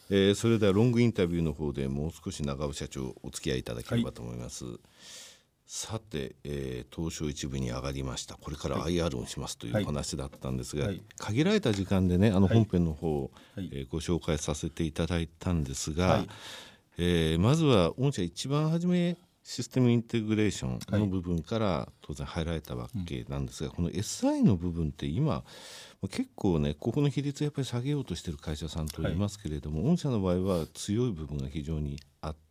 それではロングインタビューの方でもう少し長尾社長お付き合いいただければと思います。さて、東証一部に上がりました。これから IR をしますというお話だったんですが、限られた時間でね本編の方、ご紹介させていただいたんですが、まずは御社一番初めシステムインテグレーションの部分から当然入られたわけなんですが、この SI の部分って今結構ねここの比率やっぱり下げようとしている会社さんといますけれども、御社の場合は強い部分が非常にあって、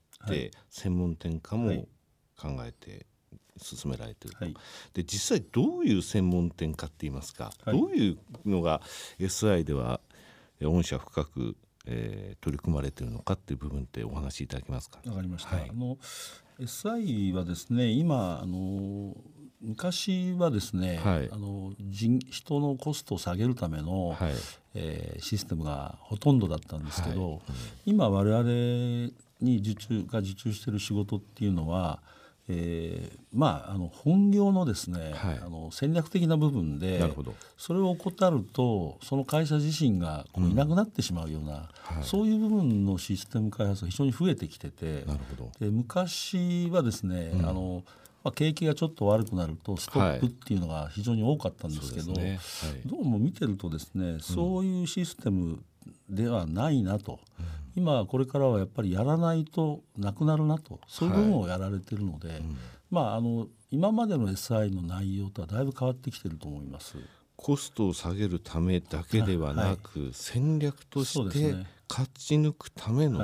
専門転化も考えて進められていると、で実際どういう専門転化って言いますか、どういうのが SI では御社深く、取り組まれているのかっていう部分ってお話しいただけますか。 わかりました。SI はですね今昔はですね、人のコストを下げるための、システムがほとんどだったんですけど、今我々に受注している仕事っていうのは、本業のですね、戦略的な部分でそれを怠るとその会社自身がいなくなってしまうような、そういう部分のシステム開発が非常に増えてきてて、で昔はですね、景気がちょっと悪くなるとストップっていうのが非常に多かったんですけど、どうも見てるとですね、そういうシステムではないなと、今これからはやっぱりやらないとなくなるなと、そういう部分をやられているので、今までの SI の内容とはだいぶ変わってきていると思います。 コストを下げるためだけではなく、戦略として勝ち抜くための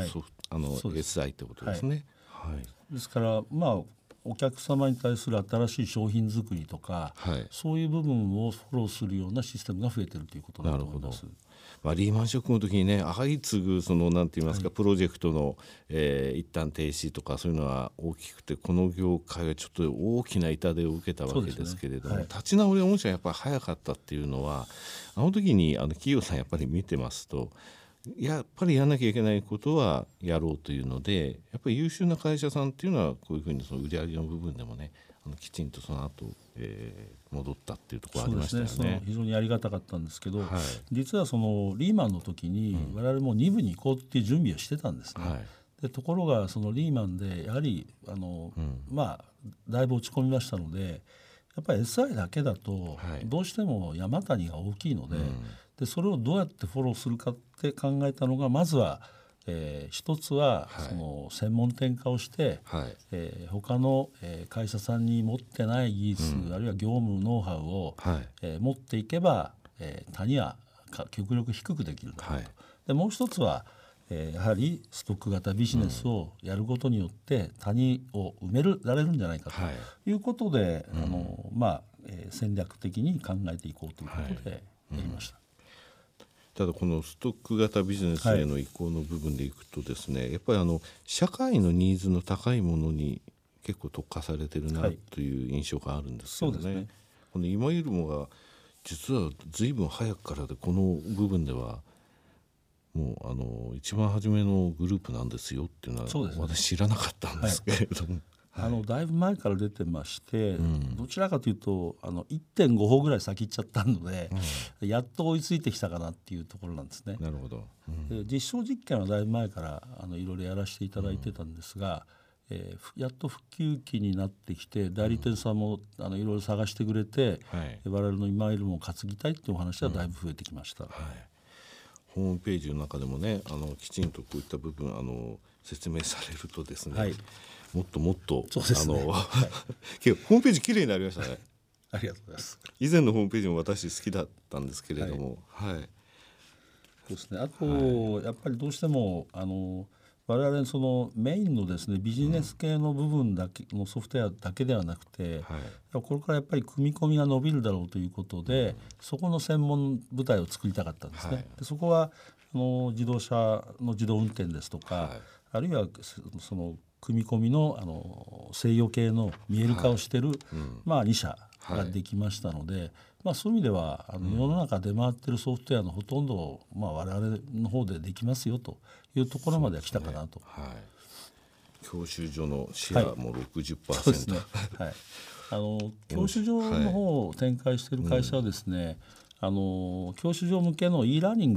SI ということですね。 ですからお客様に対する新しい商品作りとか、そういう部分をフォローするようなシステムが増えているということだと思います。 リーマンショックの時にね相次ぐなんて言いますか、プロジェクトの、一旦停止とかそういうのは大きくて、この業界はちょっと大きな痛手を受けたわけですけれども、立ち直り御社やっぱり早かったっていうのは、あの時に企業さんやっぱり見てますと、やっぱりやらなきゃいけないことはやろうというので、やっぱり優秀な会社さんっていうのはこういうふうにその売り上げの部分でもねきちんとその後、戻ったっていうところありましたよね。 そうですね、非常にありがたかったんですけど、実はそのリーマンの時に我々も2部に行こうっていう準備をしてたんですね。でところがそのリーマンでやはりだいぶ落ち込みましたので、やっぱり SI だけだとどうしても山谷が大きいので、でそれをどうやってフォローするかって考えたのが、まずは一つはその専門転化をして、他の会社さんに持ってない技術、あるいは業務ノウハウを持っていけば谷は極力低くできると。でもう一つはやはりストック型ビジネスをやることによって谷を埋められるんじゃないかということで、戦略的に考えていこうということでやりました。 ただこのストック型ビジネスへの移行の部分でいくとですね、やっぱり社会のニーズの高いものに結構特化されてるなという印象があるんですけどね。この今いるもが実は随分早くからで、この部分ではもう一番初めのグループなんですよっていうのは私知らなかったんですけれども、 だいぶ前から出てまして、どちらかというと1.5 歩ぐらい先行っちゃったので、やっと追いついてきたかなっていうところなんですね。 なるほど。 で実証実験はだいぶ前からいろいろやらせていただいてたんですが、やっと復旧期になってきて、代理店さんもいろいろ探してくれて、我々の今いるものを担ぎたいっていうお話はだいぶ増えてきました。 ホームページの中でもねきちんとこういった部分説明されるとですね、もっともっとホームページきれいになりましたね。 ありがとうございます。 以前のホームページも私好きだったんですけれども、 そうですね。あと、やっぱりどうしても我々そのメインのですねビジネス系の部分だけのソフトウェアだけではなくて、これからやっぱり組み込みが伸びるだろうということで、そこの専門部隊を作りたかったんですね。でそこは自動車の自動運転ですとか、あるいはその組み込みの制御系の見える化をしている、2社ができましたので、そういう意味では世の中出回っているソフトウェアのほとんどを、我々の方でできますよというところまでは来たかなと。 教習所のシェアも 60%、 そうですね。教習所の方を展開している会社はですね、教習所向けの e ラーニング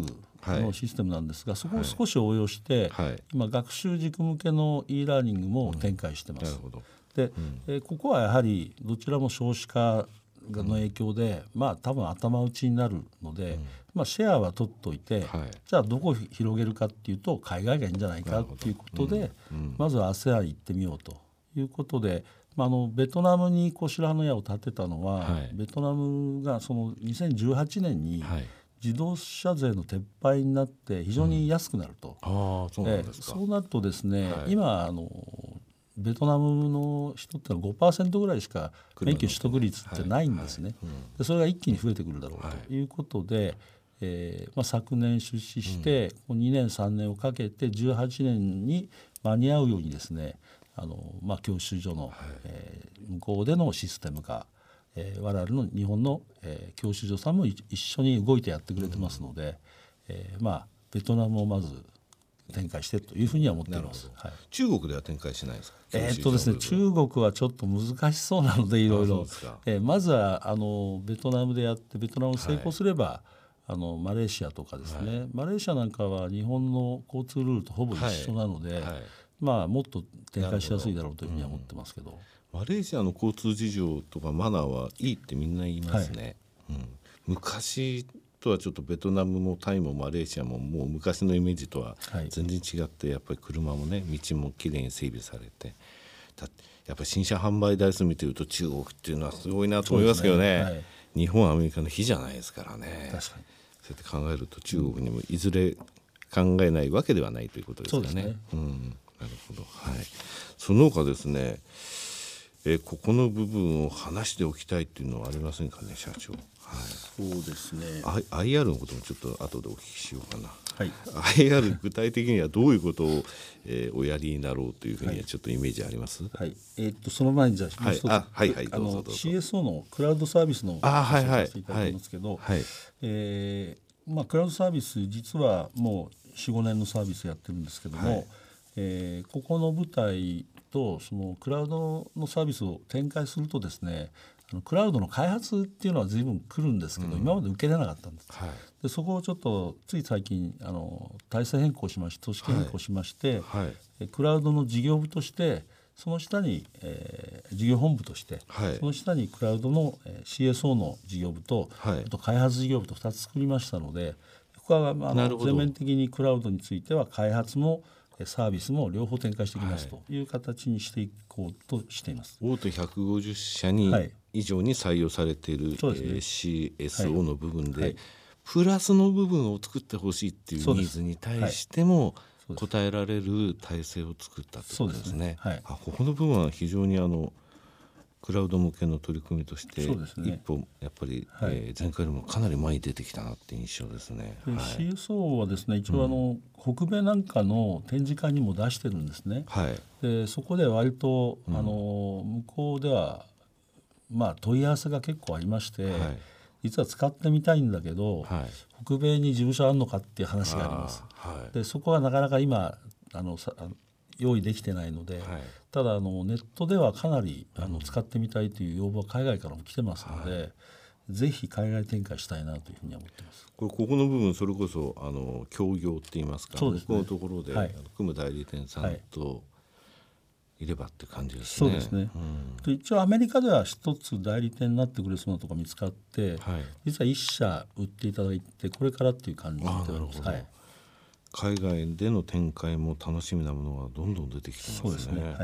のシステムなんですが、そこを少し応用して、今学習塾向けの e ラーニングも展開してます。で、ここはやはりどちらも少子化の影響で、多分頭打ちになるので、シェアは取っておいて、じゃあどこを広げるかっていうと海外がいいんじゃないかっていうことで、まずは ASEAN 行ってみようということで、ベトナムに白羽の矢を立てたのは、ベトナムがその2018年に自動車税の撤廃になって非常に安くなると、そうなるとですね、今ベトナムの人ってのは 5% ぐらいしか免許取得率ってないんですね。でそれが一気に増えてくるだろうということで、昨年出資して2年3年をかけて18年に間に合うようにですね、教習所の、向こうでのシステム化、我々の日本の、教習所さんも一緒に動いてやってくれてますので、ベトナムをまず展開してというふうには思っています。 中国では展開しないですか？ ですね、中国はちょっと難しそうなのでいろいろ、まずはベトナムでやって、ベトナム成功すれば、マレーシアとかですね、マレーシアなんかは日本の交通ルールとほぼ一緒なので、もっと展開しやすいだろうというふうには思ってますけど、 マレーシアの交通事情とかマナーはいいってみんな言いますね。昔とはちょっとベトナムもタイもマレーシアももう昔のイメージとは全然違って、やっぱり車もね、道もきれいに整備されて、やっぱり新車販売台数見てると中国っていうのはすごいなと思いますけどね。日本はアメリカの比じゃないですからね。確かにそうやって考えると中国にもいずれ考えないわけではないということですかね。なるほど。その他ですね、ここの部分を話しておきたいっていうのはありませんかね、社長。 そうですね。 IR のこともちょっと後でお聞きしようかな。IR 具体的にはどういうことを、おやりになろうというふうにはちょっとイメージあります？ その前にじゃあ一つ、CSO のクラウドサービスの話をさせていただきますけど、クラウドサービス実はもう 4,5 年のサービスやってるんですけども、ここの舞台とそのクラウドのサービスを展開するとですね、クラウドの開発っていうのは随分来るんですけど、今まで受けれなかったんです。でそこをちょっとつい最近体制変更しまして、組織変更しまして、クラウドの事業部としてその下に、事業本部として、その下にクラウドの、CSO の事業部と、あと開発事業部と2つ作りましたので、ここは全面的にクラウドについては開発もサービスも両方展開していきますという形にしていこうとしています。 大手150社に以上に採用されている、CSO の部分で、プラスの部分を作ってほしいっていうニーズに対しても応えられる体制を作ったということですね。ここの部分は非常にクラウド向けの取り組みとして一歩やっぱり、前回よりもかなり前に出てきたなって印象ですね。 CSO はですね、一応北米なんかの展示会にも出してるんですね。でそこで割と向こうでは問い合わせが結構ありまして、実は使ってみたいんだけど、北米に事務所あるのかっていう話があります。でそこはなかなか今用意できてないので、ただネットではかなり使ってみたいという要望は海外からも来てますので、ぜひ海外展開したいなというふうに思ってます。 ここの部分それこそ協業って言いますか、向こうのところで、組む代理店さんといればって感じですね。 そうですね。一応アメリカでは一つ代理店になってくれそうなところが見つかって、実は1社売っていただいてこれからっていう感じであります。 海外での展開も楽しみなものがどんどん出てきてますね。 そうですね。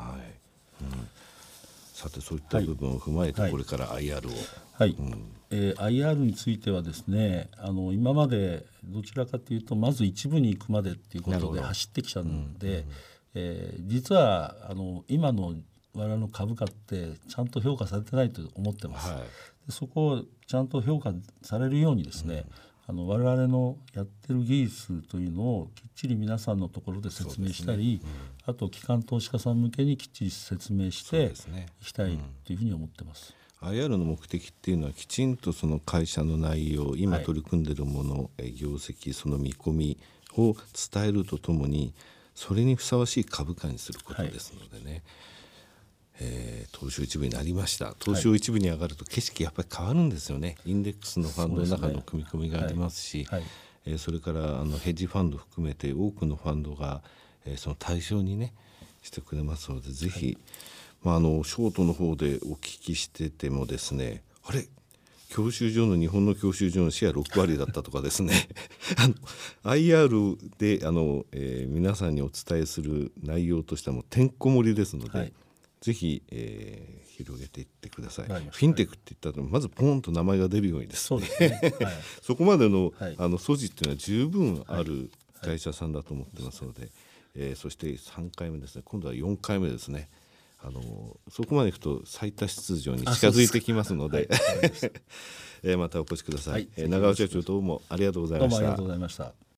さてそういった部分を踏まえてこれから IR を。 IR についてはですね、今までどちらかというとまず一部に行くまでっていうことで走ってきたので、実は今の我々の株価ってちゃんと評価されてないと思ってます。そこをちゃんと評価されるようにですね、我々のやってる技術というのをきっちり皆さんのところで説明したり、あと機関投資家さん向けにきっちり説明していきたいというふうに思ってます。 IR の目的っていうのはきちんとその会社の内容、今取り組んでいるもの、業績、その見込みを伝えるとともに、それにふさわしい株価にすることですのでね、東証一部になりました。東証一部に上がると景色やっぱり変わるんですよね。インデックスのファンドの中の組み込みがありますし、 それからヘッジファンド含めて多くのファンドが、その対象にねしてくれますので、ぜひ、ショートの方でお聞きしててもですね、あれ教習所の日本の教習所のシェア6割だったとかですねIR で皆さんにお伝えする内容としてはもうてんこ盛りですので、ぜひ、広げていってください。フィンテックって言ったらまずポンと名前が出るようにですね、そこまでの、素地っていうのは十分ある会社さんだと思ってますので、そして3回目ですね、今度は4回目ですね。そこまでいくと最多出場に近づいてきますのでまたお越しください。長尾社長、どうもありがとうございました。 どうもありがとうございました。